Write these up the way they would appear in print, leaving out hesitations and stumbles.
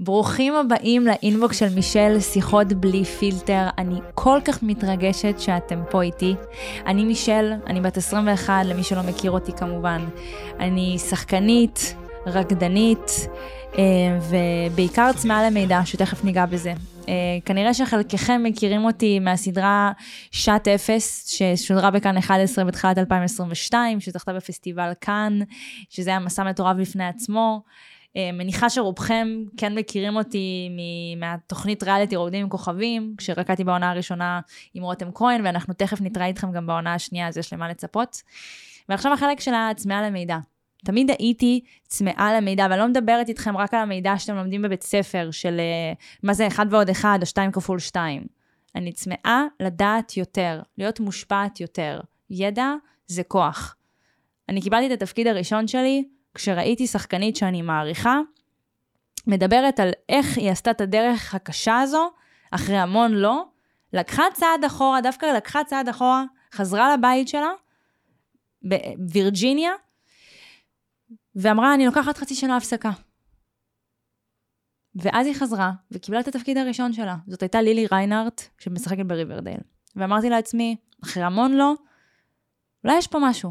ברוכים הבאים לאינבוקס של מישל, שיחות בלי פילטר. אני כל כך מתרגשת שאתם פה איתי. אני מישל, אני בת 21, למי שלא מכיר אותי כמובן. אני שחקנית, רקדנית, ובעיקר צמאה למידע, שתכף ניגע בזה. כנראה שחלקכם מכירים אותי מהסדרה שעת אפס, ששודרה בכאן 11 בתחילת 2022, שזכתה בפסטיבל כאן, שזה היה מסע מטורף לפני עצמו. מניחה שרובכם כן מכירים אותי מהתוכנית ריאליטי רוקדים עם כוכבים, כשרקדתי בעונה הראשונה עם רותם כהן, ואנחנו תכף נתראה איתכם גם בעונה השנייה, אז יש למה לצפות. ועכשיו החלק של הצמאה למידע. תמיד הייתי צמאה למידע, ואני לא מדברת איתכם רק על המידע שאתם לומדים בבית ספר, של מה זה 1 ועוד 1 או 2 כפול 2. אני צמאה לדעת יותר, להיות מושפעת יותר. ידע זה כוח. אני קיבלתי את התפקיד הראשון שלי, כשראיתי שחקנית שאני מעריכה, מדברת על איך היא עשתה את הדרך הקשה הזו, אחרי המון לא, לקחה צעד אחורה, דווקא לקחה צעד אחורה, חזרה לבית שלה, בווירג'יניה, ואמרה, אני לוקחת חצי שנה הפסקה. ואז היא חזרה, וקיבלה את התפקיד הראשון שלה. זאת הייתה לילי ריינארט, שמשחקת בריברדייל. ואמרתי לעצמי, אחרי המון לא, אולי יש פה משהו.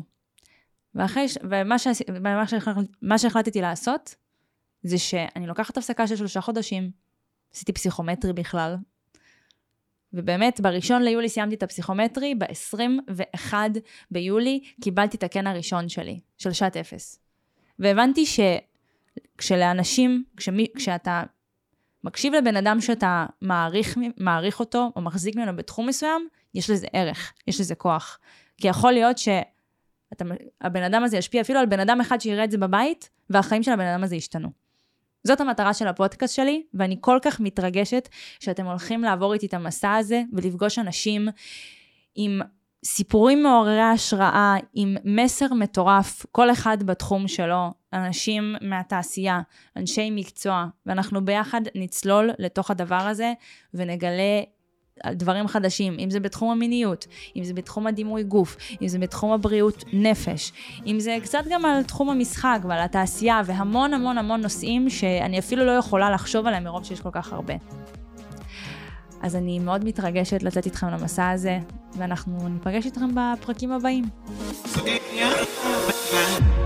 ומה שהחלטתי לעשות, זה שאני לוקחת הפסקה של 3 חודשים, עשיתי פסיכומטרי בכלל, ובאמת ב1 ליולי סיימתי את הפסיכומטרי, ב21 ביולי קיבלתי את הקן הראשון שלי, של שעת אפס. והבנתי שכשלאנשים, כשאתה מקשיב לבן אדם שאתה מעריך אותו, או מחזיק ממנו בתחום מסוים, יש לזה ערך, יש לזה כוח. כי יכול להיות שהבן אדם הזה ישפיע אפילו על בן אדם אחד שיראה את זה בבית, והחיים של הבן אדם הזה ישתנו. זאת המטרה של הפודקאסט שלי, ואני כל כך מתרגשת שאתם הולכים לעבור איתי את המסע הזה, ולפגוש אנשים עם סיפורים מעוררי השראה, עם מסר מטורף, כל אחד בתחום שלו, אנשים מהתעשייה, אנשי מקצוע, ואנחנו ביחד נצלול לתוך הדבר הזה, ונגלה דברים חדשים, אם זה בתחום המיניות, אם זה בתחום הדימוי גוף, אם זה בתחום הבריאות נפש, אם זה קצת גם על תחום המשחק ועל התעשייה, והמון המון המון נושאים שאני אפילו לא יכולה לחשוב עליהם מרוב שיש כל כך הרבה. אז אני מאוד מתרגשת לצאת איתכם למסע הזה, ואנחנו ניפגש איתכם בפרקים הבאים.